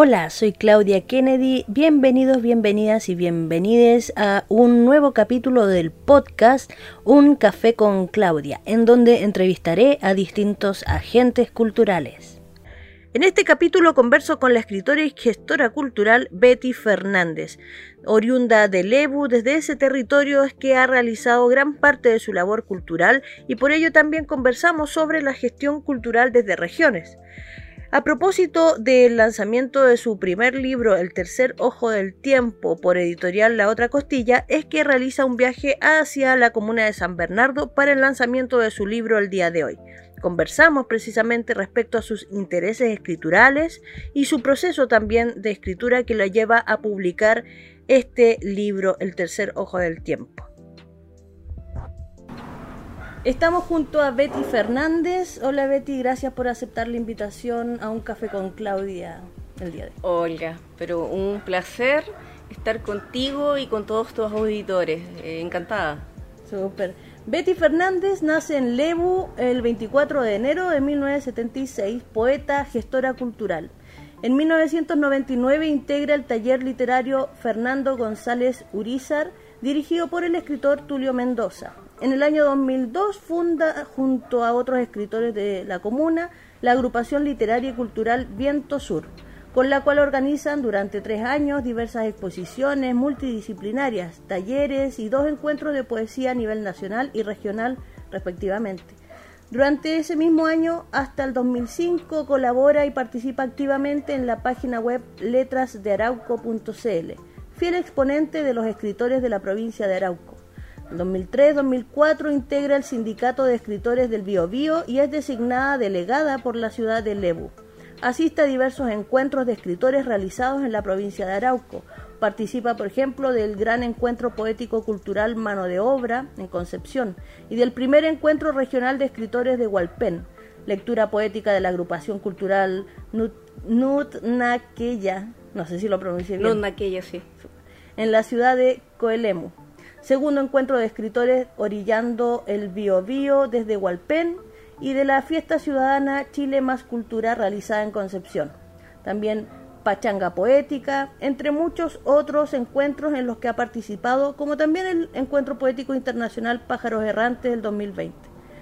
Hola, soy Claudia Kennedy. Bienvenidos, bienvenidas y bienvenides a un nuevo capítulo del podcast Un Café con Claudia, en donde entrevistaré a distintos agentes culturales. En este capítulo converso con la escritora y gestora cultural Betty Fernández, oriunda de Lebu. Desde ese territorio es que ha realizado gran parte de su labor cultural y por ello también conversamos sobre la gestión cultural desde regiones. A propósito del lanzamiento de su primer libro, El tercer ojo del tiempo, por editorial La Otra Costilla, es que realiza un viaje hacia la comuna de San Bernardo para el lanzamiento de su libro el día de hoy. Conversamos precisamente respecto a sus intereses escriturales y su proceso también de escritura que lo lleva a publicar este libro, El tercer ojo del tiempo. Estamos junto a Betty Fernández. Hola Betty, gracias por aceptar la invitación a Un Café con Claudia el día de hoy. Olga, pero un placer estar contigo y con todos tus auditores. Encantada. Súper. Betty Fernández nace en Lebu el 24 de enero de 1976, poeta, gestora cultural. En 1999 integra el taller literario Fernando González Urízar, dirigido por el escritor Tulio Mendoza. En el año 2002 funda, junto a otros escritores de la comuna, la agrupación literaria y cultural Viento Sur, con la cual organizan durante 3 años diversas exposiciones multidisciplinarias, talleres y 2 encuentros de poesía a nivel nacional y regional, respectivamente. Durante ese mismo año, hasta el 2005, colabora y participa activamente en la página web letrasdearauco.cl, fiel exponente de los escritores de la provincia de Arauco. En 2003-2004 integra el Sindicato de Escritores del Biobío y es designada delegada por la ciudad de Lebu. Asiste a diversos encuentros de escritores realizados en la provincia de Arauco. Participa, por ejemplo, del Gran Encuentro Poético Cultural Mano de Obra en Concepción y del primer Encuentro Regional de Escritores de Hualpén. Lectura poética de la agrupación cultural Nutnaqueya, no sé si lo pronuncié bien. Nutnaqueya, sí. En la ciudad de Coelemu. Segundo encuentro de escritores orillando el Biobío desde Hualpén y de la fiesta ciudadana Chile Más Cultura realizada en Concepción. También Pachanga Poética, entre muchos otros encuentros en los que ha participado, como también el Encuentro Poético Internacional Pájaros Errantes del 2020.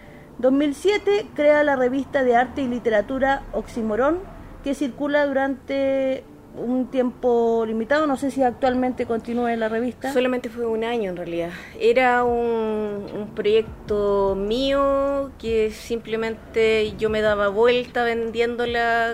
2007 crea la revista de arte y literatura Oxímoron, que circula durante un tiempo limitado, no sé si actualmente continúa la revista. Solamente fue un año en realidad. Era un proyecto mío que simplemente yo me daba vuelta vendiéndola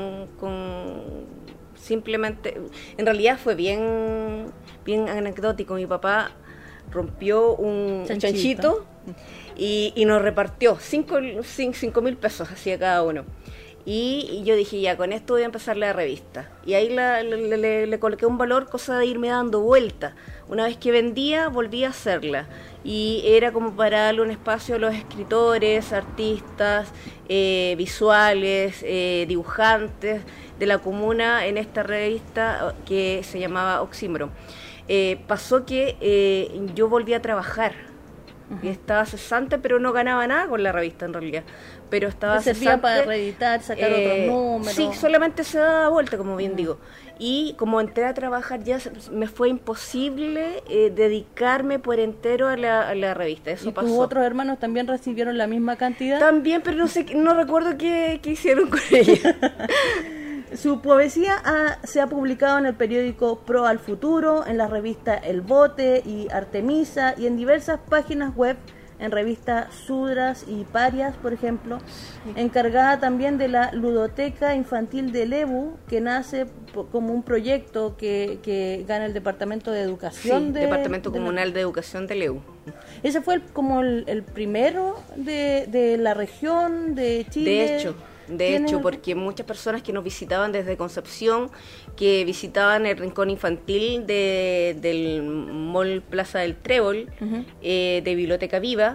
simplemente, en realidad fue bien anecdótico. Mi papá rompió un chanchito y nos repartió 5.000 pesos así a cada uno. Y yo dije, ya, con esto voy a empezar la revista. Y ahí le coloqué un valor, cosa de irme dando vuelta. Una vez que vendía, volví a hacerla. Y era como para darle un espacio a los escritores, artistas, visuales, dibujantes de la comuna en esta revista que se llamaba Oxímoron. Pasó que yo volví a trabajar. Y estaba cesante, pero no ganaba nada con la revista en realidad. Pero estaba cesante. ¿Servía para reeditar, sacar otros números? Sí, solamente se daba vuelta, como bien digo. Y como entré a trabajar ya me fue imposible dedicarme por entero a la revista. Eso pasó. ¿Y tus otros hermanos también recibieron la misma cantidad? También, pero no recuerdo qué hicieron con ella. Su poesía se ha publicado en el periódico Pro al Futuro, en la revista El Bote y Artemisa y en diversas páginas web, en revistas Sudras y Parias, por ejemplo. Sí. Encargada también de la Ludoteca Infantil de Lebu, que nace como un proyecto que gana el Departamento de Educación. Sí, Departamento Comunal de Educación de Lebu. Ese fue como el primero de la región de Chile. De hecho, porque muchas personas que nos visitaban desde Concepción, que visitaban el rincón infantil del Mall Plaza del Trébol, de Biblioteca Viva,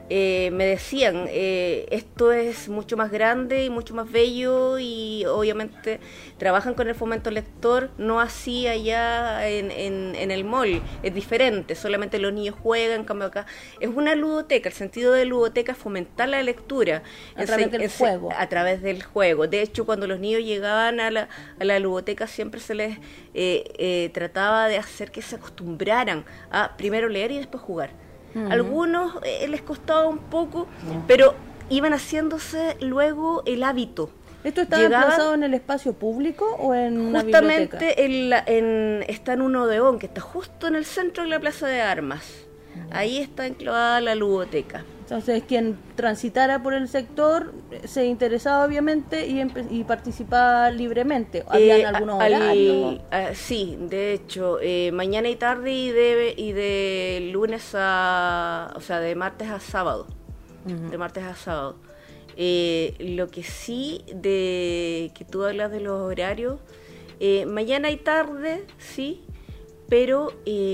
me decían, esto es mucho más grande y mucho más bello, y obviamente trabajan con el fomento lector, no así allá en el mall, es diferente, solamente los niños juegan, en cambio acá es una ludoteca. El sentido de ludoteca es fomentar la lectura a través del juego. A través del juego. De hecho, cuando los niños llegaban a la ludoteca siempre se les trataba de hacer que se acostumbraran a primero leer y después jugar. Algunos les costaba un poco, pero iban haciéndose luego el hábito. ¿Esto está emplazado en el espacio público o en una biblioteca? Justamente está en un odeón que está justo en el centro de la Plaza de Armas. Ahí está enclavada la ludoteca. Entonces, quien transitara por el sector se interesaba obviamente y participaba libremente. ¿Habían algunos horarios? Sí, de hecho, mañana y tarde y de lunes o sea, de martes a sábado. De martes a sábado. Lo que sí, que tú hablas de los horarios, mañana y tarde, sí, pero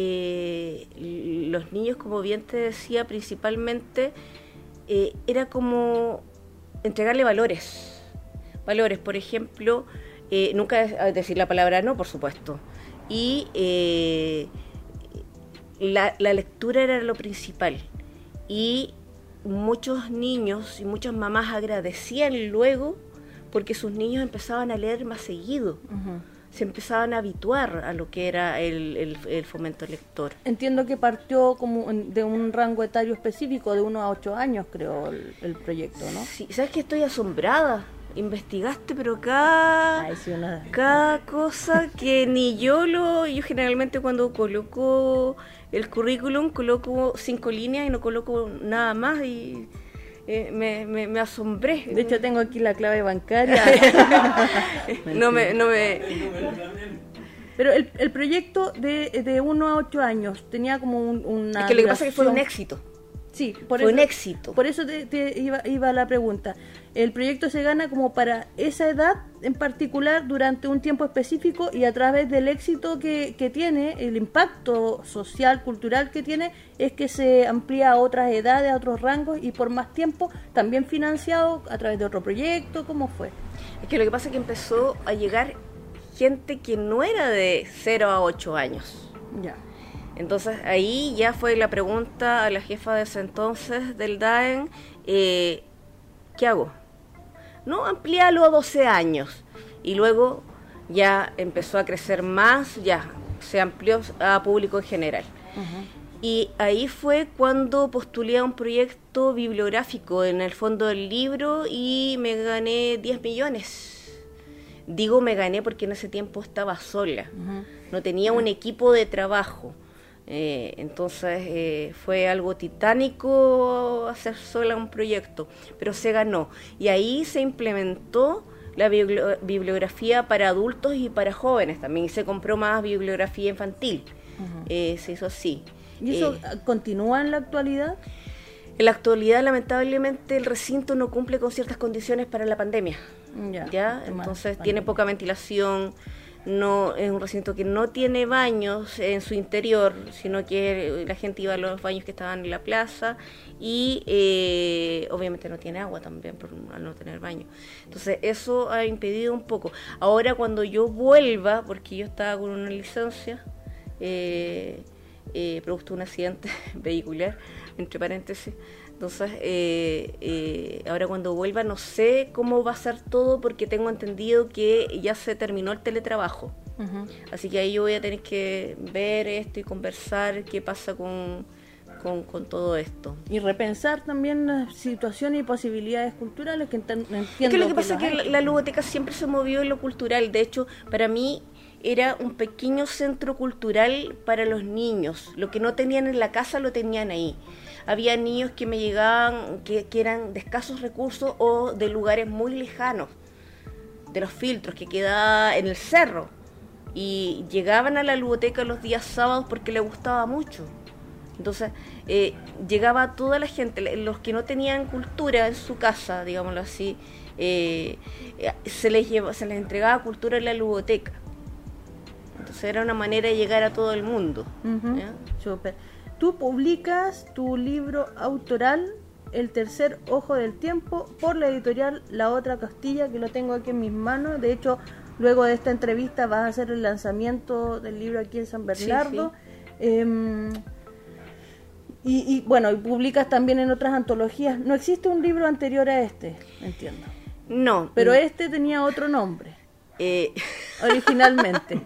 los niños, como bien te decía, principalmente era como entregarle valores, por ejemplo, nunca decir la palabra no, por supuesto, y la lectura era lo principal, y muchos niños y muchas mamás agradecían luego porque sus niños empezaban a leer más seguido. Se empezaban a habituar a lo que era el fomento lector. Entiendo que partió como de un rango etario específico, de 1 a 8 años, creo, el proyecto, ¿no? Sí, ¿sabes qué? Estoy asombrada. Investigaste, pero cada cosa que ni yo generalmente cuando coloco el currículum, coloco 5 líneas y no coloco nada más, y me asombré. De hecho, tengo aquí la clave bancaria. no me... Pero el proyecto de 1 a 8 años tenía como una... Es que lo que pasa es que fue un éxito. Sí, fue un éxito. Por eso te iba la pregunta. El proyecto se gana como para esa edad en particular durante un tiempo específico, y a través del éxito que tiene, el impacto social, cultural que tiene, es que se amplía a otras edades, a otros rangos y por más tiempo, también financiado a través de otro proyecto. ¿Cómo fue? Es que lo que pasa es que empezó a llegar gente que no era de 0 a 8 años. Ya. Entonces ahí ya fue la pregunta a la jefa de ese entonces del DAEN, ¿qué hago? No, amplíalo a 12 años. Y luego ya empezó a crecer más, ya se amplió a público en general. Y ahí fue cuando postulé a un proyecto bibliográfico en el fondo del libro y me gané 10 millones. Digo me gané porque en ese tiempo estaba sola, no tenía un equipo de trabajo. Entonces fue algo titánico hacer sola un proyecto, pero se ganó, y ahí se implementó la bibliografía para adultos y para jóvenes también, y se compró más bibliografía infantil. Se hizo así. ¿Y eso continúa en la actualidad? En la actualidad, lamentablemente, el recinto no cumple con ciertas condiciones para la pandemia. ¿Ya? Entonces tiene poca ventilación. No es un recinto que no tiene baños en su interior, sino que la gente iba a los baños que estaban en la plaza, y obviamente no tiene agua también al no tener baño. Entonces eso ha impedido un poco. Ahora cuando yo vuelva, porque yo estaba con una licencia, producto de un accidente vehicular, entre paréntesis. Entonces, ahora cuando vuelva no sé cómo va a ser todo, porque tengo entendido que ya se terminó el teletrabajo. Así que ahí yo voy a tener que ver esto y conversar qué pasa con todo esto. Y repensar también las situaciones y posibilidades culturales que entiendo. Es que lo que pasa es que la ludoteca siempre se movió en lo cultural. De hecho, para mí era un pequeño centro cultural para los niños. Lo que no tenían en la casa lo tenían ahí. Había niños que me llegaban que eran de escasos recursos o de lugares muy lejanos, de los filtros que quedaba en el cerro, y llegaban a la ludoteca los días sábados porque les gustaba mucho. Entonces llegaba toda la gente, los que no tenían cultura en su casa, digámoslo así, se les entregaba cultura en la ludoteca. Entonces era una manera de llegar a todo el mundo. Súper. Tú publicas tu libro autoral El tercer ojo del tiempo, por la editorial La Otra Castilla, que lo tengo aquí en mis manos. De hecho, luego de esta entrevista vas a hacer el lanzamiento del libro aquí en San Bernardo. Sí. Y bueno, y publicas también en otras antologías. No existe un libro anterior a este, entiendo. No. Pero este tenía otro nombre. Originalmente.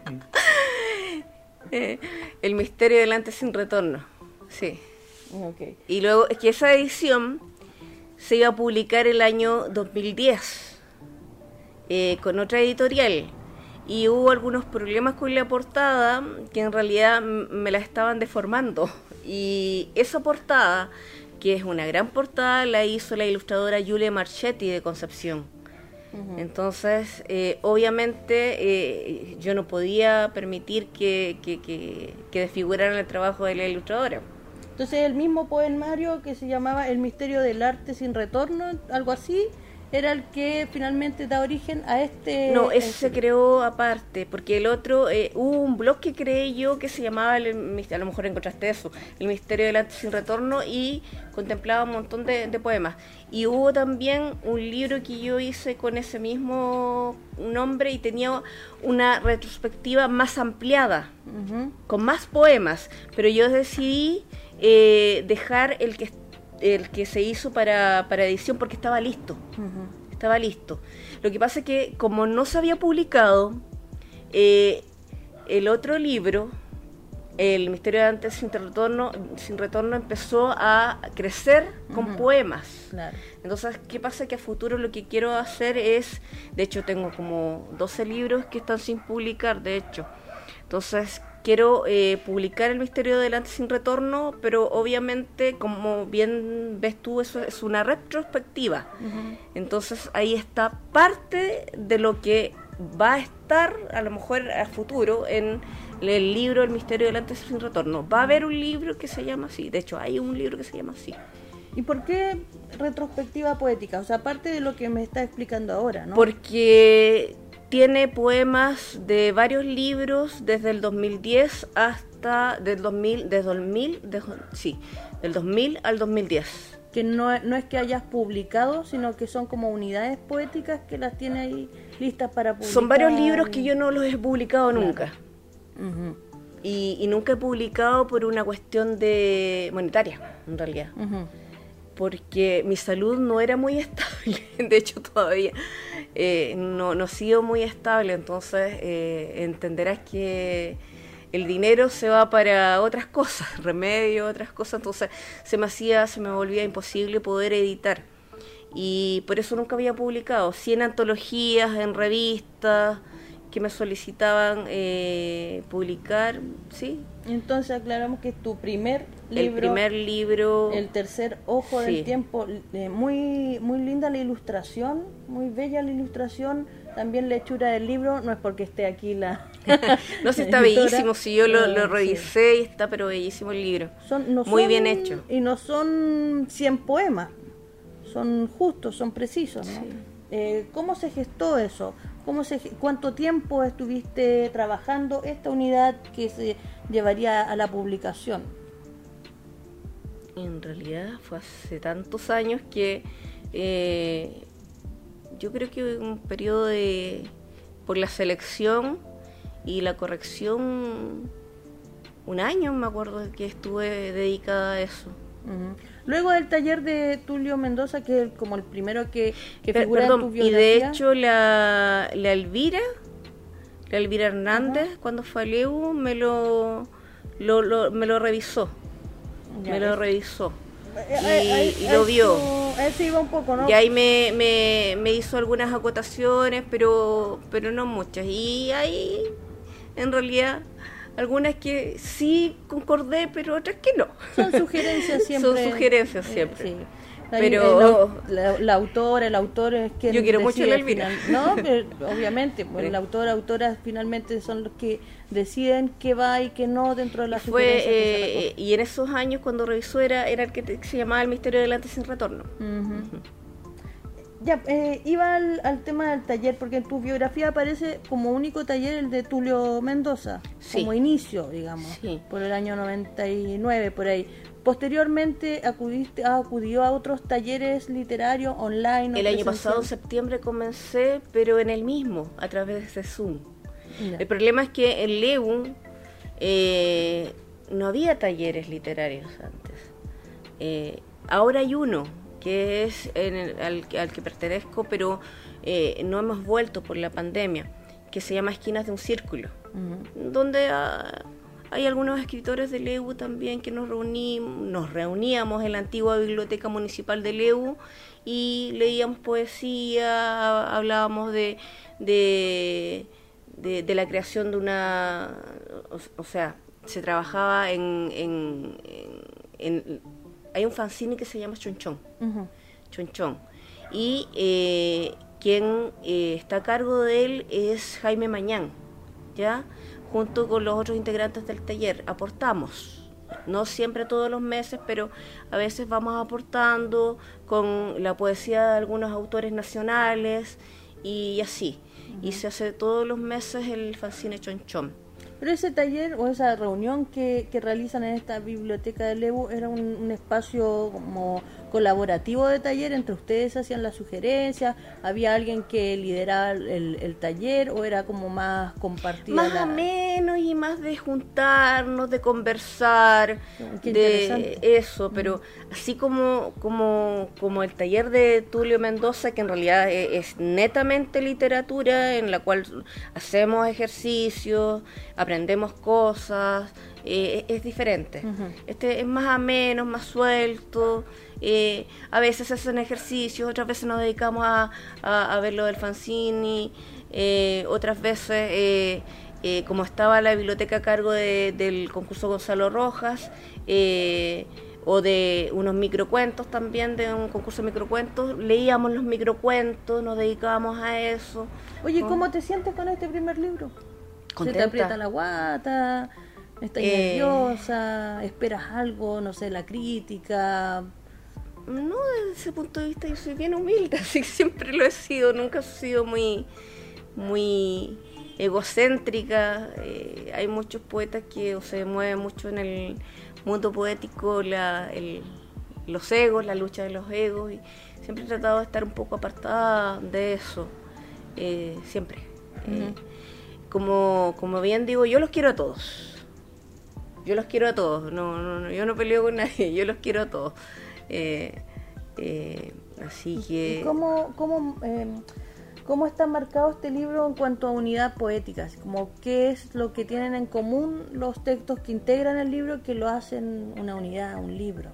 El misterio del antes sin retorno. Sí. Okay. Y luego, es que esa edición se iba a publicar el año 2010 con otra editorial. Y hubo algunos problemas con la portada que en realidad me la estaban deformando. Y esa portada, que es una gran portada, la hizo la ilustradora Julia Marchetti de Concepción. Uh-huh. Entonces, obviamente, yo no podía permitir que desfiguraran el trabajo de la ilustradora. Entonces, el mismo poemario que se llamaba El misterio del arte sin retorno, algo así, era el que finalmente da origen a este... No, ese se creó aparte, porque el otro, hubo un blog que creé yo que se llamaba, a lo mejor encontraste eso, El misterio del arte sin retorno, y contemplaba un montón de poemas. Y hubo también un libro que yo hice con ese mismo nombre y tenía una retrospectiva más ampliada, uh-huh, con más poemas, pero yo decidí dejar el que se hizo para edición porque estaba listo. Uh-huh. Estaba listo. Lo que pasa es que como no se había publicado el otro libro, El misterio de antes sin retorno empezó a crecer con, uh-huh, poemas. Claro. Entonces, ¿qué pasa? Que a futuro lo que quiero hacer es, de hecho tengo como 12 libros que están sin publicar, de hecho. Entonces, quiero publicar El misterio del antes sin retorno, pero obviamente, como bien ves tú, eso es una retrospectiva. Uh-huh. Entonces, ahí está parte de lo que va a estar, a lo mejor a futuro, en el libro El misterio del antes sin retorno. Va a haber un libro que se llama así. De hecho, hay un libro que se llama así. ¿Y por qué retrospectiva poética? O sea, aparte de lo que me está explicando ahora, ¿no? Porque tiene poemas de varios libros desde el 2010 hasta del 2000 al 2010. Que no es que hayas publicado, sino que son como unidades poéticas que las tiene ahí listas para publicar. Son varios libros que yo no los he publicado, claro, nunca. Uh-huh. Y nunca he publicado por una cuestión de monetaria, en realidad. Uh-huh. Porque mi salud no era muy estable, de hecho todavía no ha sido muy estable, entonces entenderás que el dinero se va para otras cosas, remedios, otras cosas, entonces se me volvía imposible poder editar, y por eso nunca había publicado, sí en antologías, en revistas que me solicitaban publicar, sí. Entonces aclaramos que es tu primer libro. El primer libro. El tercer ojo, sí, del tiempo. Muy muy linda la ilustración, muy bella la ilustración, también la hechura del libro, no es porque esté aquí la... No, si está bellísimo, si yo lo revisé, sí, y está pero bellísimo el libro. Muy bien hecho. Y no son 100 poemas, son justos, son precisos, ¿no? Sí. ¿Cómo se gestó eso? ¿Cuánto tiempo estuviste trabajando esta unidad que se llevaría a la publicación? En realidad fue hace tantos años que yo creo que un periodo por la selección y la corrección, un año me acuerdo que estuve dedicada a eso. Uh-huh. Luego del taller de Tulio Mendoza, que es como el primero que figura en tu biografía. Y de hecho la Elvira Hernández, uh-huh, cuando fue a Leu, me lo revisó. Ya, me lo revisó. Y lo vio. Eso iba un poco, ¿no? Y ahí me hizo algunas acotaciones, pero no muchas. Y ahí, en realidad, algunas que sí concordé, pero otras que no. Son sugerencias siempre. Son sugerencias siempre. Sí. Pero la autora, el autor es quien yo quiero mucho a la Elvira. No, pero obviamente, pues sí, el autor, autoras finalmente son los que deciden qué va y qué no dentro de la sugerencia. Y en esos años cuando revisó era el que se llamaba El misterio del antes sin retorno. Uh-huh. Ya, iba al tema del taller, porque en tu biografía aparece como único taller el de Tulio Mendoza, sí, como inicio, digamos, sí, por el año 99, por ahí. Posteriormente acudió a otros talleres literarios online. El año pasado, en septiembre, comencé, pero en el mismo, a través de Zoom. Ya. El problema es que en LEU no había talleres literarios antes. Ahora hay uno, que es al que pertenezco, pero no hemos vuelto por la pandemia, que se llama Esquinas de un Círculo, donde hay algunos escritores de LEU también que nos reuníamos en la antigua biblioteca municipal de LEU y leíamos poesía, hablábamos de la creación de una, o sea, se trabajaba hay un fanzine que se llama Chonchón, Chonchón, y quien está a cargo de él es Jaime Mañán, ¿ya? Junto con los otros integrantes del taller. Aportamos, no siempre todos los meses, pero a veces vamos aportando con la poesía de algunos autores nacionales y así, y se hace todos los meses el fanzine Chonchón. Pero ese taller o esa reunión que realizan en esta biblioteca de LEU era un espacio como colaborativo de taller, entre ustedes hacían las sugerencias, había alguien que lideraba el taller o era como más compartido. Más o menos, y más de juntarnos, de conversar, de eso, pero así como el taller de Tulio Mendoza, que en realidad es netamente literatura, en la cual hacemos ejercicios, aprendemos cosas, es diferente. Este es más ameno, más suelto. A veces se hacen ejercicios, otras veces nos dedicamos a ver lo del fanzine, otras veces como estaba la biblioteca a cargo del concurso Gonzalo Rojas, o de unos microcuentos también, de un concurso de microcuentos, leíamos los microcuentos, nos dedicábamos a eso. Oye, ¿cómo te sientes con este primer libro? Contenta. ¿Se te aprieta la guata? ¿Estás nerviosa? ¿Esperas algo? No sé, la crítica. No, desde ese punto de vista yo soy bien humilde, así que siempre lo he sido, nunca he sido muy egocéntrica. Hay muchos poetas que se mueven mucho en el mundo poético, los egos, la lucha de los egos, y siempre he tratado de estar un poco apartada de eso, siempre. Como bien digo, yo los quiero a todos. Yo no, yo no peleo con nadie, yo los quiero a todos. Así que... ¿Cómo está marcado este libro en cuanto a unidad poética? Como ¿qué es lo que tienen en común los textos que integran el libro que lo hacen una unidad, un libro?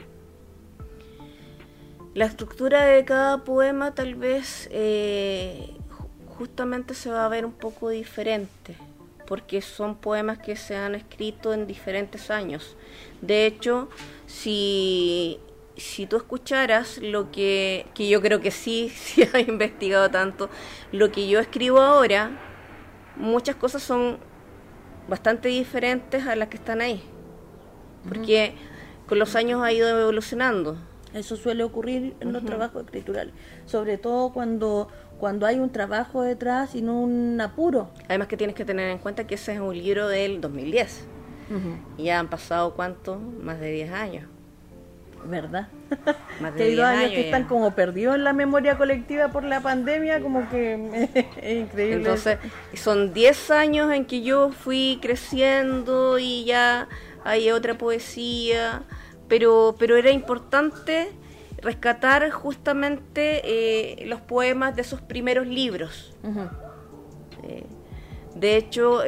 La estructura de cada poema tal vez justamente se va a ver un poco diferente, porque son poemas que se han escrito en diferentes años. De hecho, si tú escucharas lo que yo creo que sí has investigado tanto, lo que yo escribo ahora, muchas cosas son bastante diferentes a las que están ahí, porque con los años ha ido evolucionando. Eso suele ocurrir en los trabajos escriturales, sobre todo cuando hay un trabajo detrás y no un apuro. Además que tienes que tener en cuenta que ese es un libro del 2010. Y ya han pasado, ¿cuánto? Más de 10 años. ¿Verdad? Más de que hay 10 años años que están como perdidos en la memoria colectiva por la pandemia, como que es increíble. Entonces, son 10 años en que yo fui creciendo y ya hay otra poesía, pero era importante rescatar justamente los poemas de esos primeros libros. De hecho,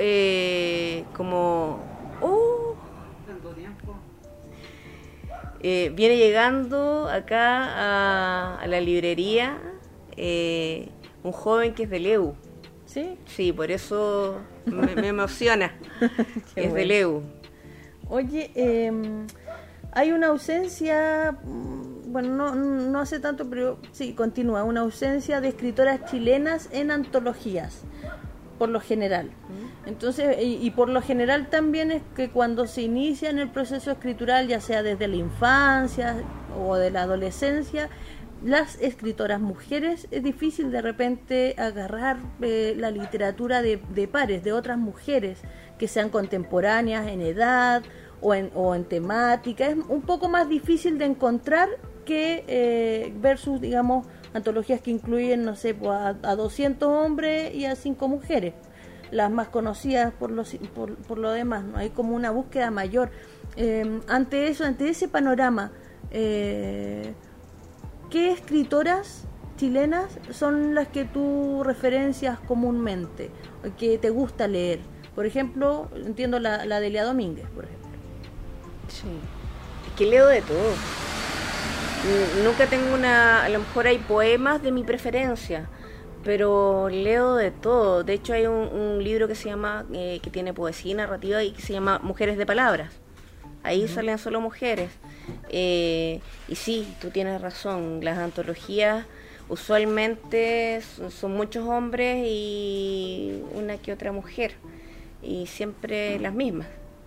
viene llegando acá a la librería un joven que es de LEU. ¿Sí? Sí, por eso me emociona. Es bueno. de LEU. Oye, hay una ausencia, bueno, no hace tanto, pero sí, continúa, una ausencia de escritoras chilenas en antologías, por lo general. Entonces, y por lo general también es que cuando se inicia en el proceso escritural, ya sea desde la infancia o de la adolescencia, las escritoras mujeres es difícil de repente agarrar la literatura de pares, de otras mujeres que sean contemporáneas en edad o en temática. Es un poco más difícil de encontrar que versus, digamos, antologías que incluyen, no sé, pues, a 200 hombres y a 5 mujeres, las más conocidas por lo demás, ¿no? Hay como una búsqueda mayor. Ante ese panorama, ¿qué escritoras chilenas son las que tú referencias comúnmente, que te gusta leer? Por ejemplo, entiendo la de Lea Domínguez, por ejemplo. Sí, es que leo de todo. Nunca tengo a lo mejor hay poemas de mi preferencia, pero leo de todo. De hecho hay un libro que se llama, que tiene poesía y narrativa y que se llama Mujeres de Palabras. Ahí salen solo mujeres. Y sí, tú tienes razón, las antologías usualmente son muchos hombres y una que otra mujer, y siempre las mismas.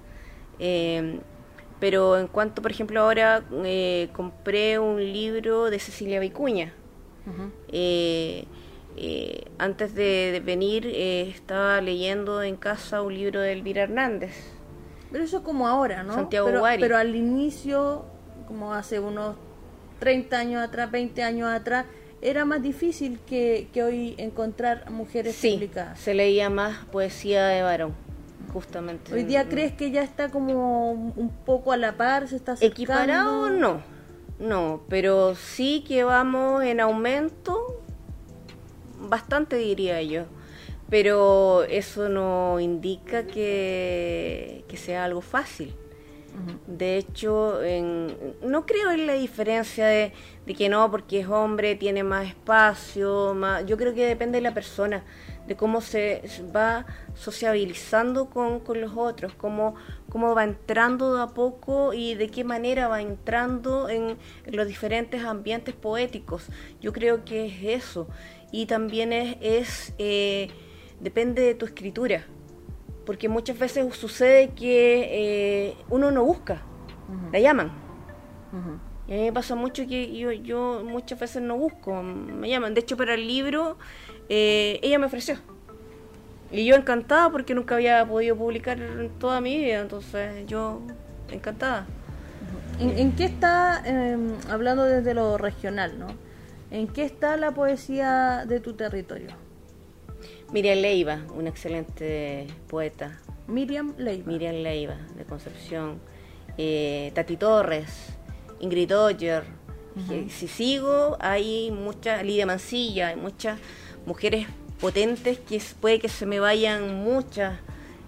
Pero en cuanto, por ejemplo, ahora compré un libro de Cecilia Vicuña. Antes de venir estaba leyendo en casa un libro de Elvira Hernández. Pero eso como ahora, ¿no? Santiago Guari. Pero al inicio, como hace unos 30 años atrás, 20 años atrás, era más difícil que hoy encontrar mujeres publicadas. Se leía más poesía de varón, justamente. ¿Hoy día crees que ya está como un poco a la par, se está acercando? ¿Equiparado? No, pero sí que vamos en aumento, bastante diría yo. Pero eso no indica que sea algo fácil. De hecho, no creo en la diferencia de que no, porque es hombre, tiene más espacio, yo creo que depende de la persona, de cómo se va sociabilizando con los otros, cómo va entrando de a poco y de qué manera va entrando en los diferentes ambientes poéticos. Yo creo que es eso. Y también depende de tu escritura. Porque muchas veces sucede que uno no busca, la llaman. Y a mí me pasa mucho que yo muchas veces no busco, me llaman. De hecho, para el libro, ella me ofreció. Y yo encantada porque nunca había podido publicar en toda mi vida, entonces yo encantada. ¿En qué está, hablando desde lo regional, ¿no? ¿En qué está la poesía de tu territorio? Miriam Leiva, una excelente poeta. Miriam Leiva, de Concepción. Tati Torres, Ingrid Oyer. Si sigo, hay muchas, Lidia Mancilla, hay muchas mujeres potentes que puede que se me vayan muchas.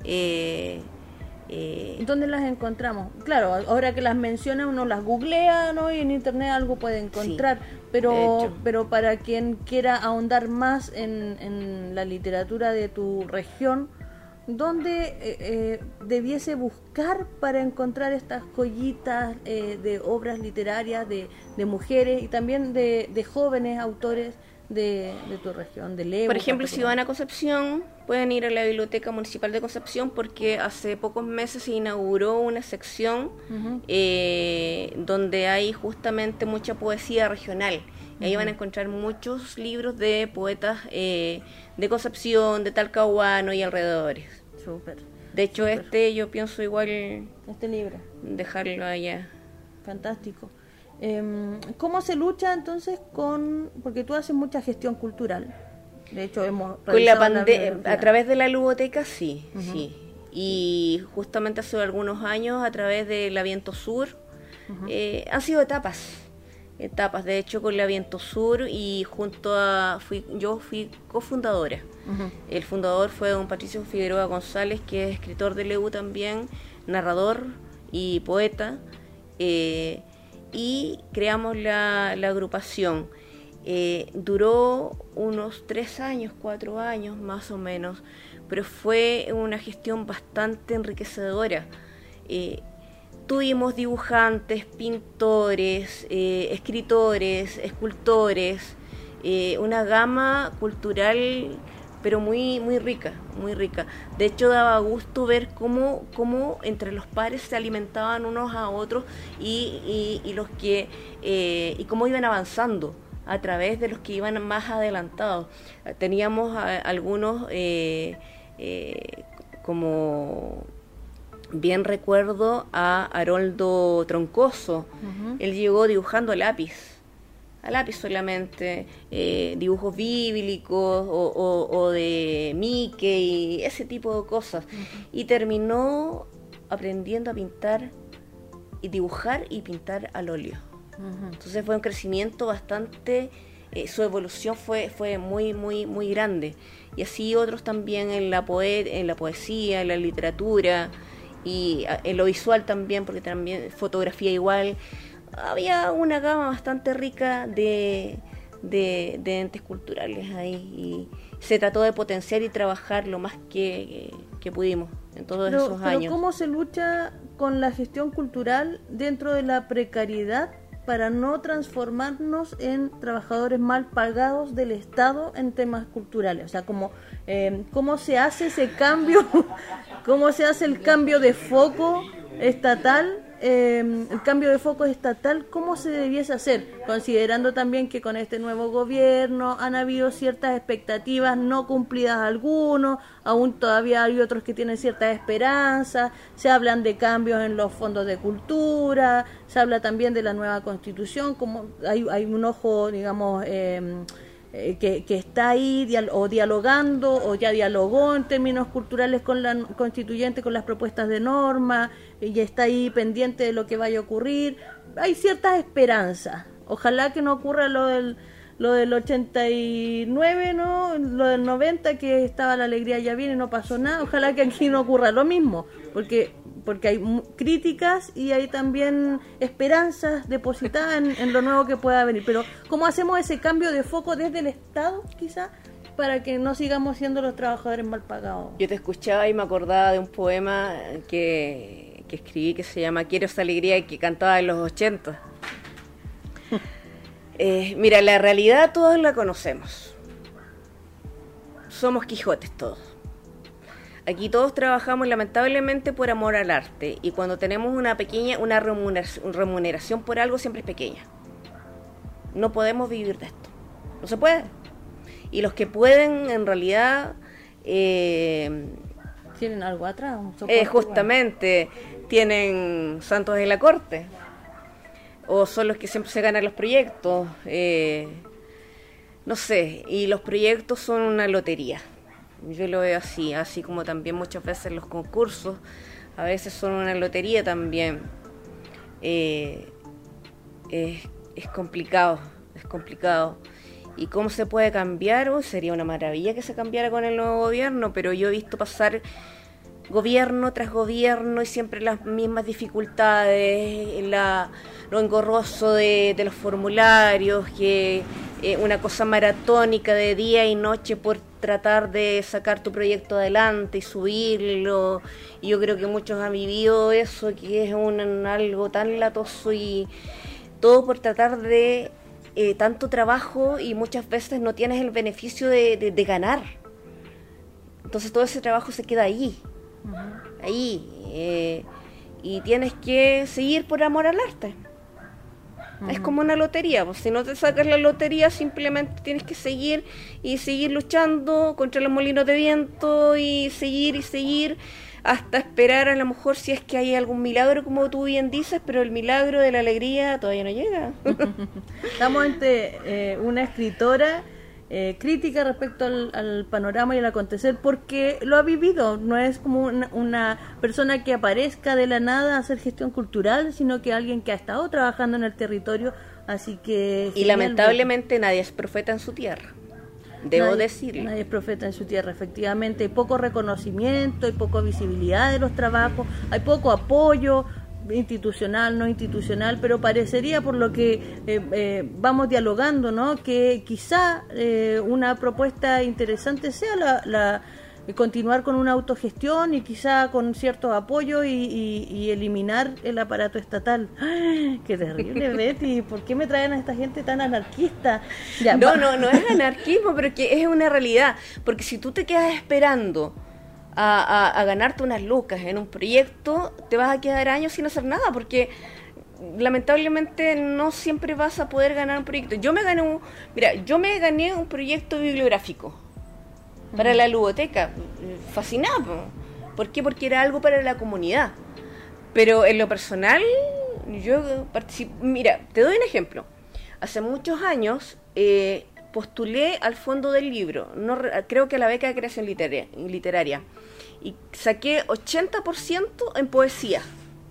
¿Dónde las encontramos? Claro, ahora que las menciona uno las googlea, ¿no? Y en internet algo puede encontrar, sí, pero para quien quiera ahondar más en la literatura de tu región, ¿dónde debiese buscar para encontrar estas joyitas de obras literarias de mujeres y también de jóvenes autores de tu región, de Leo? Por ejemplo, si van a Concepción, pueden ir a la Biblioteca Municipal de Concepción, porque hace pocos meses se inauguró una sección donde hay justamente mucha poesía regional. Y ahí van a encontrar muchos libros de poetas de Concepción, de Talcahuano y alrededores. Súper. De hecho, yo pienso igual este libro dejarlo allá. Fantástico. ¿Cómo se lucha entonces porque tú haces mucha gestión cultural? De hecho, hemos con la pandemia, a través de la ludoteca, sí. Y justamente hace algunos años, a través de la Viento Sur, han sido etapas. De hecho, con la Viento Sur y yo fui cofundadora. El fundador fue don Patricio Figueroa González, que es escritor de Leu también, narrador y poeta. Y creamos la agrupación. Duró unos 3 años, 4 años más o menos, pero fue una gestión bastante enriquecedora. Tuvimos dibujantes, pintores, escritores, escultores, una gama cultural pero muy muy rica, muy rica. De hecho, daba gusto ver cómo entre los pares se alimentaban unos a otros y cómo iban avanzando a través de los que iban más adelantados. Teníamos algunos, como bien recuerdo a Haroldo Troncoso. Él llegó dibujando a lápiz solamente, dibujos bíblicos o de Mickey, ese tipo de cosas. Y terminó aprendiendo a pintar y dibujar y pintar al óleo. Entonces fue un crecimiento bastante, su evolución fue muy, muy, muy grande. Y así otros también en la poesía, en la literatura y en lo visual también, porque también fotografía igual. Había una gama bastante rica de entes culturales ahí, y se trató de potenciar y trabajar lo más que pudimos en todos esos años. Pero ¿cómo se lucha con la gestión cultural dentro de la precariedad para no transformarnos en trabajadores mal pagados del Estado en temas culturales? O sea, ¿cómo se hace ese cambio? ¿Cómo se hace el cambio de foco estatal? El cambio de foco estatal, ¿cómo se debiese hacer? Considerando también que con este nuevo gobierno han habido ciertas expectativas no cumplidas algunos, aún todavía hay otros que tienen ciertas esperanzas, se hablan de cambios en los fondos de cultura, se habla también de la nueva constitución, como hay un ojo, digamos, que está ahí dialogando o ya dialogó en términos culturales con la constituyente, con las propuestas de norma, y está ahí pendiente de lo que vaya a ocurrir. Hay ciertas esperanzas. Ojalá que no ocurra lo del 89, ¿no? Lo del 90, que estaba la alegría ya bien y no pasó nada. Ojalá que aquí no ocurra lo mismo, porque hay críticas y hay también esperanzas depositadas en lo nuevo que pueda venir. Pero ¿cómo hacemos ese cambio de foco desde el Estado, quizás, para que no sigamos siendo los trabajadores mal pagados? Yo te escuchaba y me acordaba de un poema que escribí que se llama Quiero esa alegría, que cantaba en los 80. Mira, la realidad todos la conocemos. Somos Quijotes todos. Aquí todos trabajamos lamentablemente por amor al arte, y cuando tenemos una remuneración por algo siempre es pequeña. No podemos vivir de esto, no se puede. Y los que pueden en realidad tienen algo atrás, justamente tienen santos de la corte, o son los que siempre se ganan los proyectos, no sé, y los proyectos son una lotería. Yo lo veo así como también muchas veces los concursos a veces son una lotería también. Es complicado. ¿Y cómo se puede cambiar? Sería una maravilla que se cambiara con el nuevo gobierno, pero yo he visto pasar gobierno tras gobierno y siempre las mismas dificultades, lo engorroso de los formularios, que una cosa maratónica de día y noche por tratar de sacar tu proyecto adelante y subirlo. Y yo creo que muchos han vivido eso, que es algo tan latoso, y todo por tratar de tanto trabajo, y muchas veces no tienes el beneficio de ganar. Entonces todo ese trabajo se queda ahí, y tienes que seguir por amor al arte. Es como una lotería, pues si no te sacas la lotería simplemente tienes que seguir luchando contra los molinos de viento, y seguir hasta esperar a lo mejor si es que hay algún milagro, como tú bien dices, pero el milagro de la alegría todavía no llega. Estamos ante una escritora crítica respecto al panorama y al acontecer, porque lo ha vivido. No es como una persona que aparezca de la nada a hacer gestión cultural, sino que alguien que ha estado trabajando en el territorio. Así que y lamentablemente nadie es profeta en su tierra, debo decirlo. Nadie es profeta en su tierra, efectivamente. Hay poco reconocimiento, hay poca visibilidad de los trabajos, hay poco apoyo institucional, no institucional, pero parecería, por lo que vamos dialogando, ¿no?, que quizá una propuesta interesante sea la continuar con una autogestión, y quizá con cierto apoyo y eliminar el aparato estatal. ¡Ay, qué terrible, Betty! ¿Por qué me traen a esta gente tan anarquista? No es anarquismo, pero que es una realidad, porque si tú te quedas esperando a ganarte unas lucas en un proyecto, te vas a quedar años sin hacer nada, porque lamentablemente no siempre vas a poder ganar un proyecto. Yo me gané un proyecto bibliográfico para la ludoteca, fascinado. ¿Por qué? Porque era algo para la comunidad. Pero en lo personal, yo participé. Mira, te doy un ejemplo. Hace muchos años postulé al fondo del libro, creo que a la beca de creación literaria, y saqué 80% en poesía.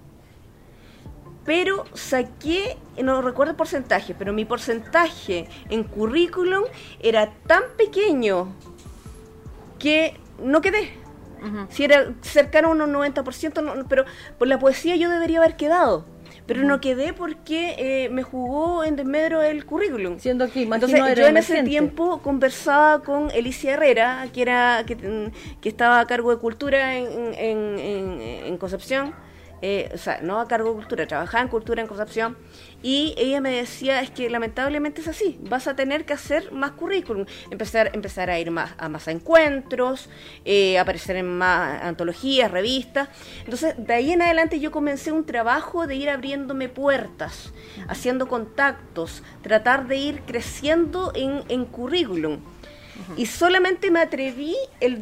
Pero saqué, no recuerdo el porcentaje, pero mi porcentaje en currículum era tan pequeño que no quedé. Si era cercano a unos 90%, pero por la poesía yo debería haber quedado. Pero no quedé porque me jugó en desmedro el currículum. Siendo que, entonces, yo en ese tiempo conversaba con Elicia Herrera, que estaba a cargo de cultura en Concepción. O sea, no a cargo de cultura, trabajaba en cultura en Concepción, y ella me decía, es que lamentablemente es así, vas a tener que hacer más currículum, empezar a ir más a encuentros, aparecer en más antologías, revistas. Entonces, de ahí en adelante yo comencé un trabajo de ir abriéndome puertas, haciendo contactos, tratar de ir creciendo en currículum. Y solamente me atreví el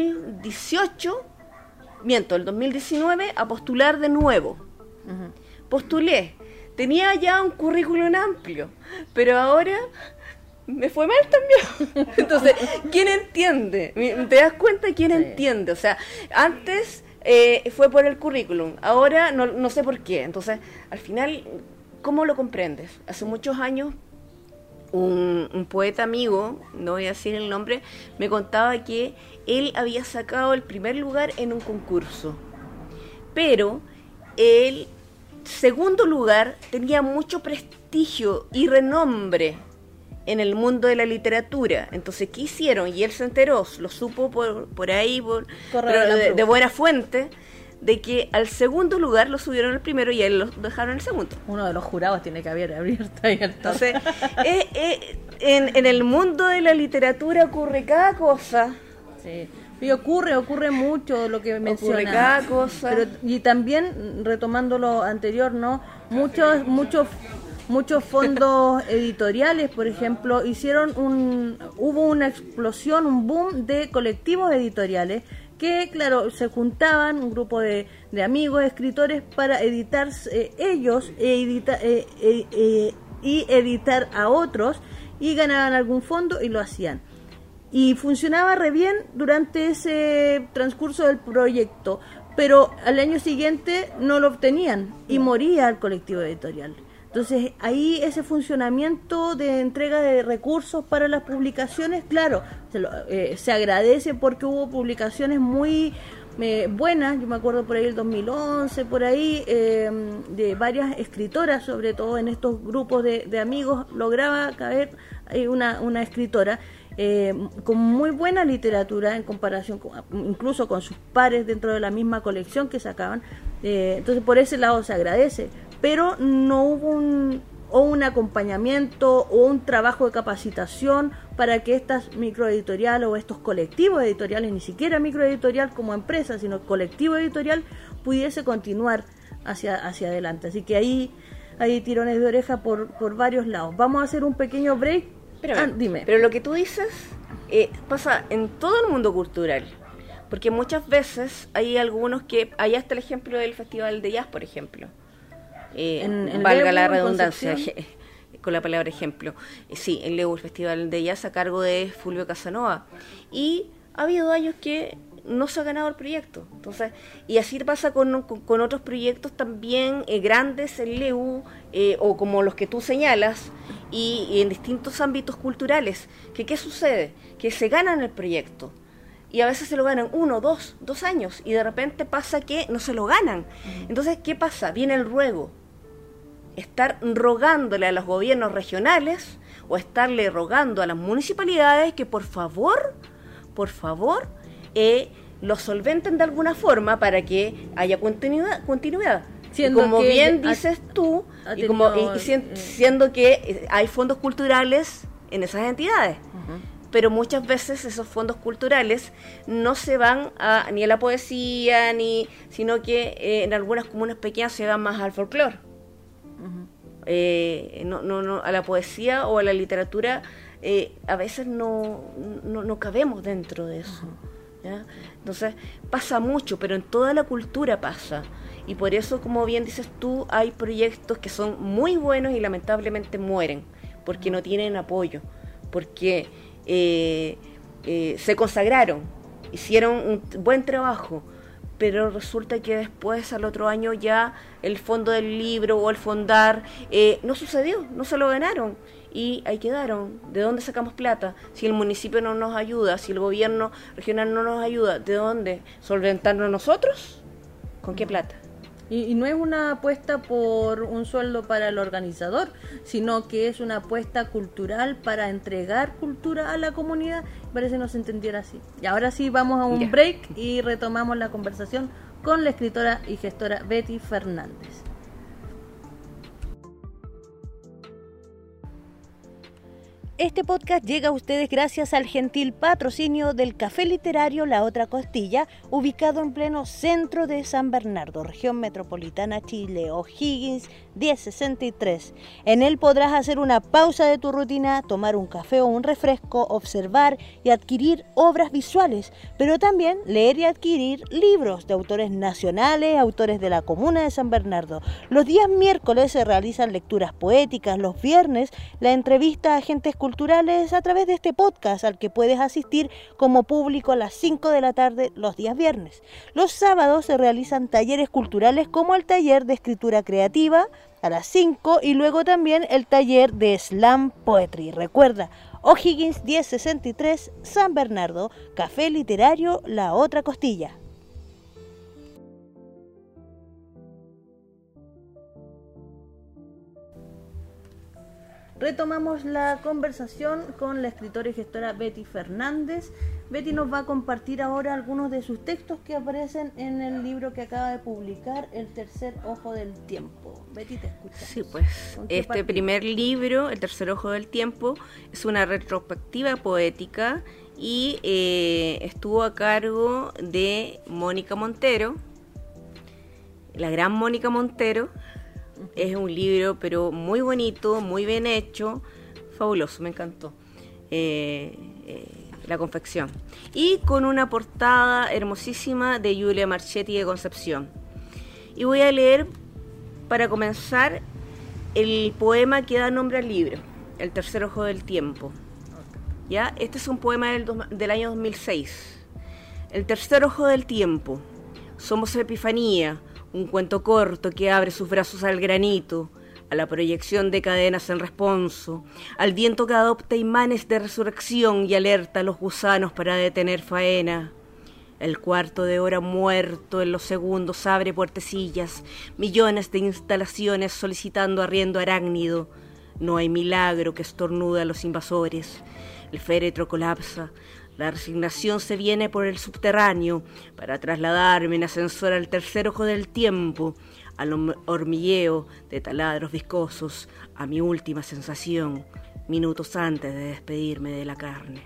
2019 a postular de nuevo. Postulé, tenía ya un currículum amplio, pero ahora me fue mal también. Entonces, ¿quién entiende? ¿Te das cuenta quién entiende? O sea, antes fue por el currículum, ahora no sé por qué. Entonces, al final, ¿cómo lo comprendes? Hace muchos años un poeta amigo, no voy a decir el nombre, me contaba que él había sacado el primer lugar en un concurso, pero el segundo lugar tenía mucho prestigio y renombre en el mundo de la literatura. Entonces, ¿qué hicieron? Y él se enteró, lo supo por ahí, pero de buena fuente, de que al segundo lugar lo subieron al primero y a él lo dejaron el segundo. Uno de los jurados tiene que haber abierto ahí el top. Entonces, en el mundo de la literatura ocurre cada cosa. Sí. Y ocurre mucho lo que mencionas. Ocurre cada cosa. Pero, y también, retomando lo anterior, ¿no? Muchos fondos editoriales, por ejemplo, hubo una explosión, un boom de colectivos editoriales que, claro, se juntaban un grupo de amigos, escritores, para editar ellos y editar a otros, y ganaban algún fondo y lo hacían. Y funcionaba re bien durante ese transcurso del proyecto, pero al año siguiente no lo obtenían y moría el colectivo editorial. Entonces, ahí ese funcionamiento de entrega de recursos para las publicaciones, claro, se agradece porque hubo publicaciones muy buenas. Yo me acuerdo por ahí el 2011, por ahí, de varias escritoras, sobre todo en estos grupos de amigos, lograba caer una escritora con muy buena literatura en comparación incluso con sus pares dentro de la misma colección que sacaban. Entonces, por ese lado se agradece, pero no hubo un acompañamiento o un trabajo de capacitación para que estas microeditoriales o estos colectivos editoriales, ni siquiera microeditorial como empresa, sino colectivo editorial, pudiese continuar hacia adelante. Así que ahí hay tirones de oreja por varios lados. Vamos a hacer un pequeño break. Dime. Pero lo que tú dices pasa en todo el mundo cultural, porque muchas veces hay algunos que, allá está el ejemplo del Festival de Jazz, por ejemplo, valga la redundancia con la palabra ejemplo, sí, el LEU, el Festival de Jazz, a cargo de Fulvio Casanova, y ha habido años que no se ha ganado el proyecto. Entonces, y así pasa con otros proyectos también grandes, el LEU, o como los que tú señalas, y en distintos ámbitos culturales. ¿Qué sucede? Que se ganan el proyecto y a veces se lo ganan 1, 2 años, y de repente pasa que no se lo ganan. Entonces, ¿qué pasa? Viene el ruego. Estar rogándole a los gobiernos regionales o estarle rogando a las municipalidades que por favor, lo solventen de alguna forma para que haya continuidad. Y como bien dices tú, siendo que hay fondos culturales en esas entidades, pero muchas veces esos fondos culturales no se van ni a la poesía, sino que en algunas comunas pequeñas se van más al folclore. A la poesía o a la literatura a veces no cabemos dentro de eso. ¿Ya? Entonces pasa mucho, pero en toda la cultura pasa, y por eso, como bien dices tú, hay proyectos que son muy buenos y lamentablemente mueren porque no tienen apoyo, porque se consagraron, hicieron un buen trabajo, pero resulta que después, al otro año, ya el fondo del libro o el fondar no sucedió, no se lo ganaron. Y ahí quedaron. ¿De dónde sacamos plata? Si el municipio no nos ayuda, si el gobierno regional no nos ayuda, ¿de dónde? ¿Solventarnos nosotros? ¿Con qué plata? Y no es una apuesta por un sueldo para el organizador, sino que es una apuesta cultural para entregar cultura a la comunidad. Parece no se entendiera así. Y ahora sí vamos a un break y retomamos la conversación con la escritora y gestora Betty Fernández. Este podcast llega a ustedes gracias al gentil patrocinio del Café Literario La Otra Costilla, ubicado en pleno centro de San Bernardo, región metropolitana Chile, O'Higgins 1063. En él podrás hacer una pausa de tu rutina, tomar un café o un refresco, observar y adquirir obras visuales, pero también leer y adquirir libros de autores nacionales, autores de la comuna de San Bernardo. Los días miércoles se realizan lecturas poéticas, los viernes la entrevista a agentes culturales a través de este podcast al que puedes asistir como público a las 5 de la tarde los días viernes. Los sábados se realizan talleres culturales como el taller de escritura creativa a las 5 y luego también el taller de slam poetry. Recuerda, O'Higgins 1063, San Bernardo, Café Literario La Otra Costilla. Retomamos la conversación con la escritora y gestora Betty Fernández. Betty nos va a compartir ahora algunos de sus textos que aparecen en el libro que acaba de publicar, El Tercer Ojo del Tiempo. Betty, te escuchamos. Sí, pues este primer libro, El Tercer Ojo del Tiempo, es una retrospectiva poética y estuvo a cargo de Mónica Montero, la gran Mónica Montero. Es un libro pero muy bonito, muy bien hecho, fabuloso, me encantó la confección. Y con una portada hermosísima de Julia Marchetti de Concepción. Y voy a leer, para comenzar, el poema que da nombre al libro, El Tercer Ojo del Tiempo. ¿Ya? Este es un poema del año 2006. El Tercer Ojo del Tiempo. Somos Epifanía, un cuento corto que abre sus brazos al granito, a la proyección de cadenas en responso, al viento que adopta imanes de resurrección y alerta a los gusanos para detener faena. El cuarto de hora muerto en los segundos abre puertecillas, millones de instalaciones solicitando arriendo arácnido. No hay milagro que estornuda a los invasores. El féretro colapsa. La resignación se viene por el subterráneo para trasladarme en ascensor al tercer ojo del tiempo, al hormigueo de taladros viscosos, a mi última sensación, minutos antes de despedirme de la carne.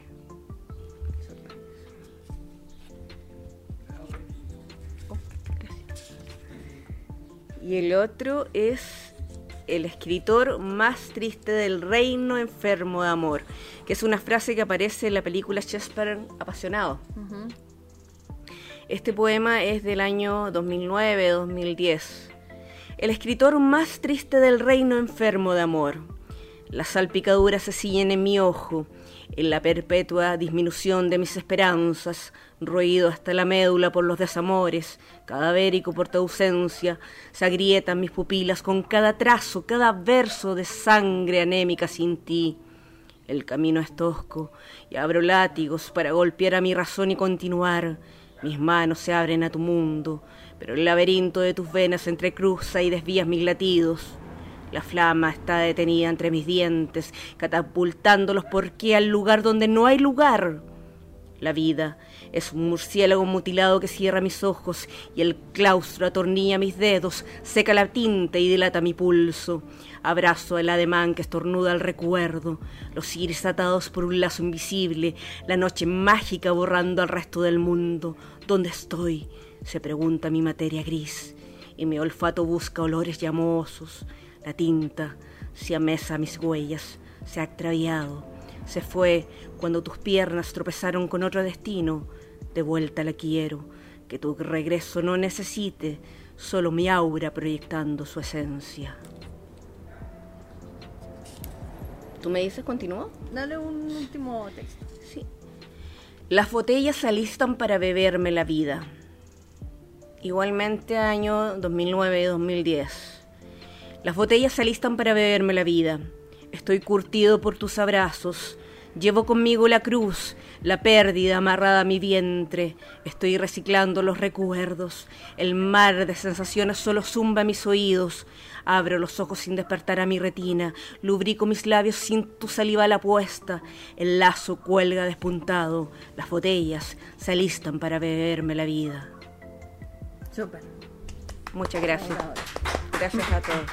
Y el otro es El escritor más triste del reino enfermo de amor, que es una frase que aparece en la película Shakespeare Apasionado. Uh-huh. Este poema es del año 2009-2010. El escritor más triste del reino enfermo de amor. Las salpicaduras se siguen en mi ojo, en la perpetua disminución de mis esperanzas, roído hasta la médula por los desamores, cadavérico por tu ausencia, se agrietan mis pupilas con cada trazo, cada verso de sangre anémica sin ti. El camino es tosco y abro látigos para golpear a mi razón y continuar. Mis manos se abren a tu mundo, pero el laberinto de tus venas entrecruza y desvías mis latidos. La flama está detenida entre mis dientes, catapultándolos por qué al lugar donde no hay lugar. La vida es un murciélago mutilado que cierra mis ojos y el claustro atornilla mis dedos, seca la tinta y dilata mi pulso. Abrazo el ademán que estornuda el recuerdo, los iris atados por un lazo invisible, la noche mágica borrando al resto del mundo. ¿Dónde estoy?, se pregunta mi materia gris, y mi olfato busca olores llamosos. La tinta se amesa mis huellas, se ha extraviado, se fue cuando tus piernas tropezaron con otro destino. De vuelta la quiero, que tu regreso no necesite, solo mi aura proyectando su esencia. ¿Tú me dices, continúo? Dale un último texto. Sí. Las botellas se alistan para beberme la vida. Igualmente año 2009-2010. Las botellas se alistan para beberme la vida. Estoy curtido por tus abrazos. Llevo conmigo la cruz, la pérdida amarrada a mi vientre. Estoy reciclando los recuerdos. El mar de sensaciones solo zumba a mis oídos. Abro los ojos sin despertar a mi retina. Lubrico mis labios sin tu saliva a la puesta. El lazo cuelga despuntado. Las botellas se alistan para beberme la vida. Súper. Muchas gracias. Gracias a todos.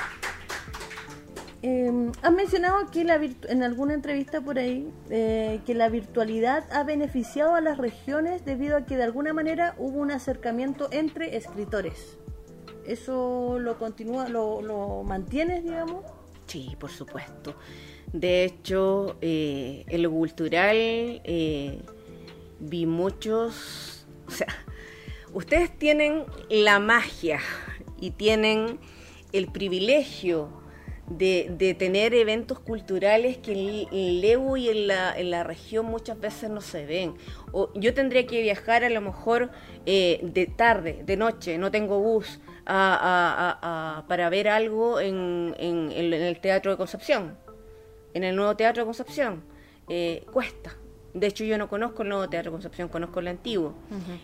Has mencionado que en alguna entrevista por ahí que la virtualidad ha beneficiado a las regiones debido a que de alguna manera hubo un acercamiento entre escritores. ¿Eso lo continúa, lo mantienes, digamos? Sí, por supuesto. De hecho, en lo cultural vi muchos... O sea, ustedes tienen la magia y tienen el privilegio de tener eventos culturales que en el Lebu y en la región muchas veces no se ven. O yo tendría que viajar a lo mejor de tarde, de noche, no tengo bus, para ver algo en el Teatro de Concepción, en el nuevo Teatro de Concepción. Cuesta. De hecho, yo no conozco el nuevo Teatro de Concepción, conozco el antiguo.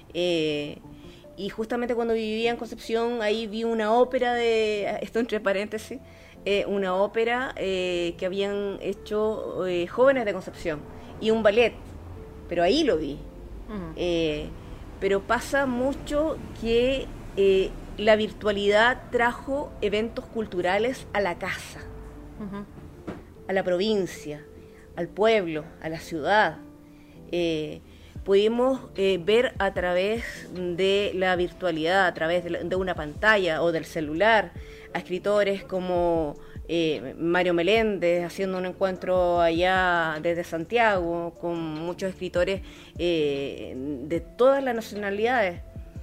Y justamente cuando vivía en Concepción, ahí vi una ópera esto entre paréntesis, una ópera que habían hecho jóvenes de Concepción y un ballet, pero ahí lo vi. Pero pasa mucho que la virtualidad trajo eventos culturales a la casa, a la provincia, al pueblo, a la ciudad. Pudimos ver a través de la virtualidad, a través de una pantalla o del celular, a escritores como Mario Meléndez haciendo un encuentro allá desde Santiago, con muchos escritores de todas las nacionalidades.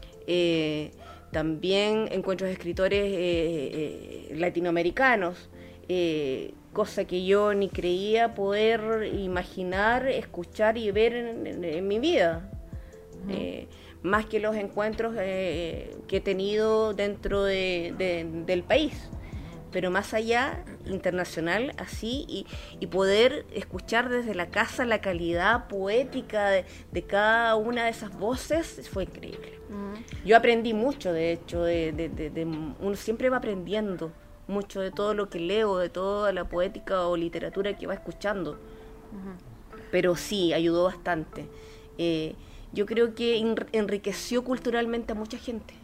También encuentros de escritores latinoamericanos, cosa que yo ni creía poder imaginar, escuchar y ver en mi vida. Más que los encuentros que he tenido dentro del país, pero más allá, internacional, así, y poder escuchar desde la casa la calidad poética de cada una de esas voces fue increíble. Yo aprendí mucho, de hecho, uno siempre va aprendiendo mucho de todo lo que leo, de toda la poética o literatura que va escuchando. Pero sí, ayudó bastante. Yo creo que enriqueció culturalmente a mucha gente.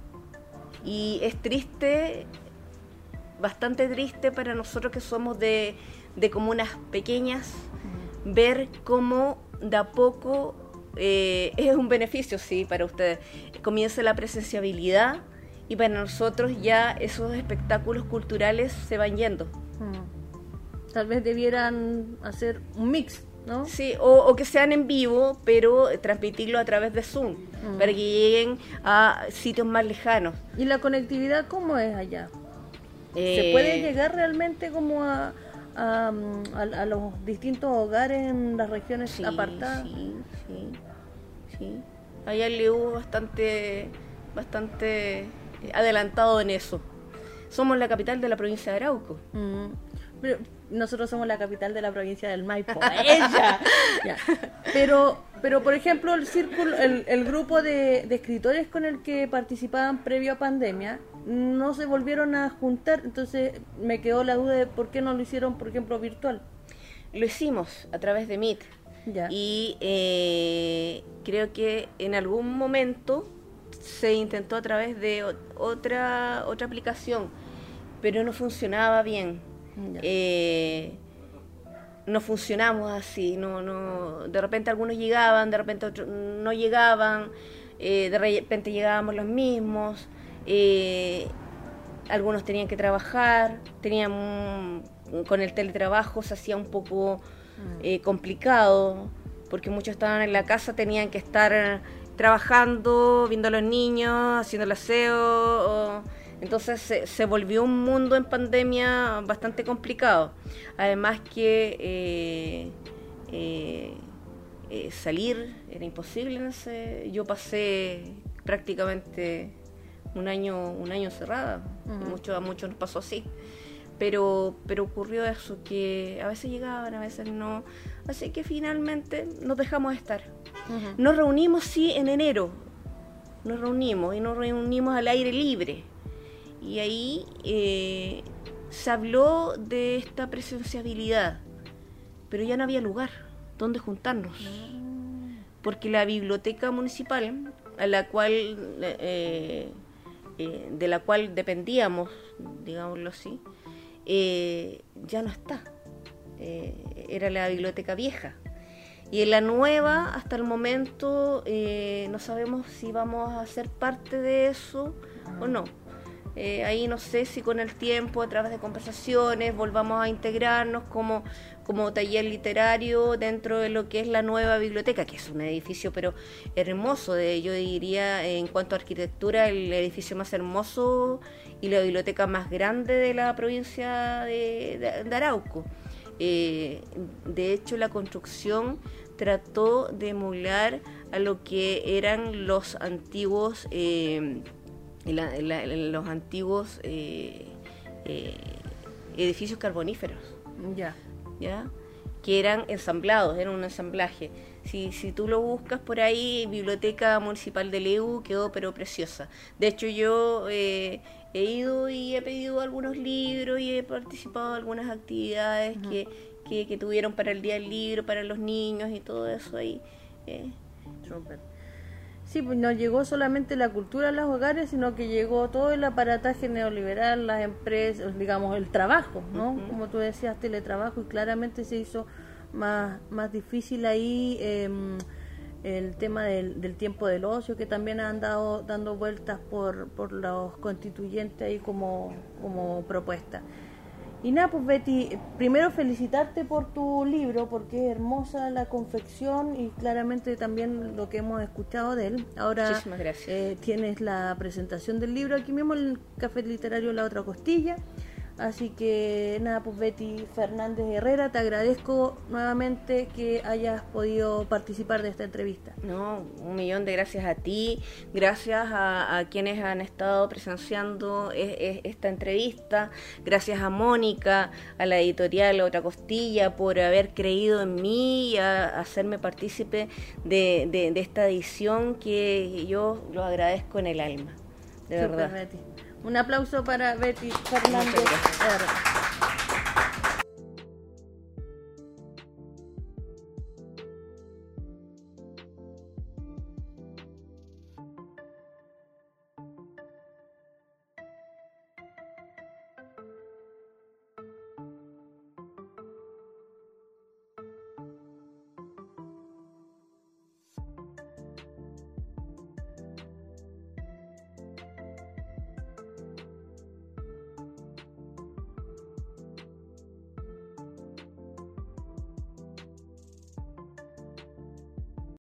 Y es triste, bastante triste para nosotros que somos de comunas pequeñas, ver cómo de a poco, es un beneficio, sí, para ustedes, comienza la presenciabilidad y para nosotros ya esos espectáculos culturales se van yendo. Tal vez debieran hacer un mix, ¿no? Sí, o que sean en vivo, pero transmitirlo a través de Zoom, para que lleguen a sitios más lejanos. ¿Y la conectividad cómo es allá? ¿Se puede llegar realmente como a los distintos hogares en las regiones apartadas? Sí. Allá el Lebu bastante adelantado en eso. Somos la capital de la provincia de Arauco. Pero nosotros somos la capital de la provincia del Maipo. ¡Ella! Ya. Pero por ejemplo, el círculo, el grupo de escritores con el que participaban previo a pandemia no se volvieron a juntar. Entonces me quedó la duda de por qué no lo hicieron, por ejemplo, virtual. Lo hicimos a través de Meet. Ya. Y creo que en algún momento se intentó a través de otra aplicación, pero no funcionaba bien. No funcionamos así, no, de repente algunos llegaban, de repente otros no llegaban, de repente llegábamos los mismos, algunos tenían que trabajar, con el teletrabajo se hacía un poco complicado, porque muchos estaban en la casa, tenían que estar trabajando, viendo a los niños, haciendo el aseo, entonces se volvió un mundo en pandemia bastante complicado. Además que salir era imposible. Yo pasé prácticamente un año encerrada. A muchos nos pasó así. Pero ocurrió eso, que a veces llegaban, a veces no. Así que finalmente nos dejamos de estar. Nos reunimos, sí, en enero. Nos reunimos al aire libre. Y ahí se habló de esta presenciabilidad. Pero ya no había lugar donde juntarnos. Porque la biblioteca municipal, a la cual de la cual dependíamos, digámoslo así, ya no está. Era la biblioteca vieja. Y en la nueva, hasta el momento, no sabemos si vamos a ser parte de eso o no. Ahí no sé si con el tiempo, a través de conversaciones, volvamos a integrarnos como taller literario dentro de lo que es la nueva biblioteca, que es un edificio pero hermoso, yo diría en cuanto a arquitectura, el edificio más hermoso y la biblioteca más grande de la provincia de Arauco. De hecho, la construcción trató de emular a lo que eran los antiguos edificios carboníferos, ya, que eran ensamblados, era un ensamblaje. Si tú lo buscas por ahí, Biblioteca Municipal de Leu quedó pero preciosa. De hecho, yo he ido y he pedido algunos libros y he participado en algunas actividades que tuvieron para el Día del Libro, para los niños y todo eso ahí. Súper. Sí, pues no llegó solamente la cultura a los hogares, sino que llegó todo el aparataje neoliberal, las empresas, digamos, el trabajo, ¿no? Como tú decías, teletrabajo, y claramente se hizo más difícil ahí el tema del tiempo del ocio, que también han dado dando vueltas por los constituyentes ahí como propuesta. Y nada, pues Betty, primero felicitarte por tu libro, porque es hermosa la confección y claramente también lo que hemos escuchado de él. Ahora muchísimas gracias. Tienes la presentación del libro aquí mismo en el Café Literario La Otra Costilla. Así que nada, pues Betty Fernández Herrera, te agradezco nuevamente que hayas podido participar de esta entrevista. No, 1.000.000 de gracias a ti, gracias a quienes han estado presenciando esta entrevista, gracias a Mónica, a la editorial La Otra Costilla por haber creído en mí y a hacerme partícipe de esta edición que yo lo agradezco en el alma, de verdad. Betty. Un aplauso para Betty Fernández.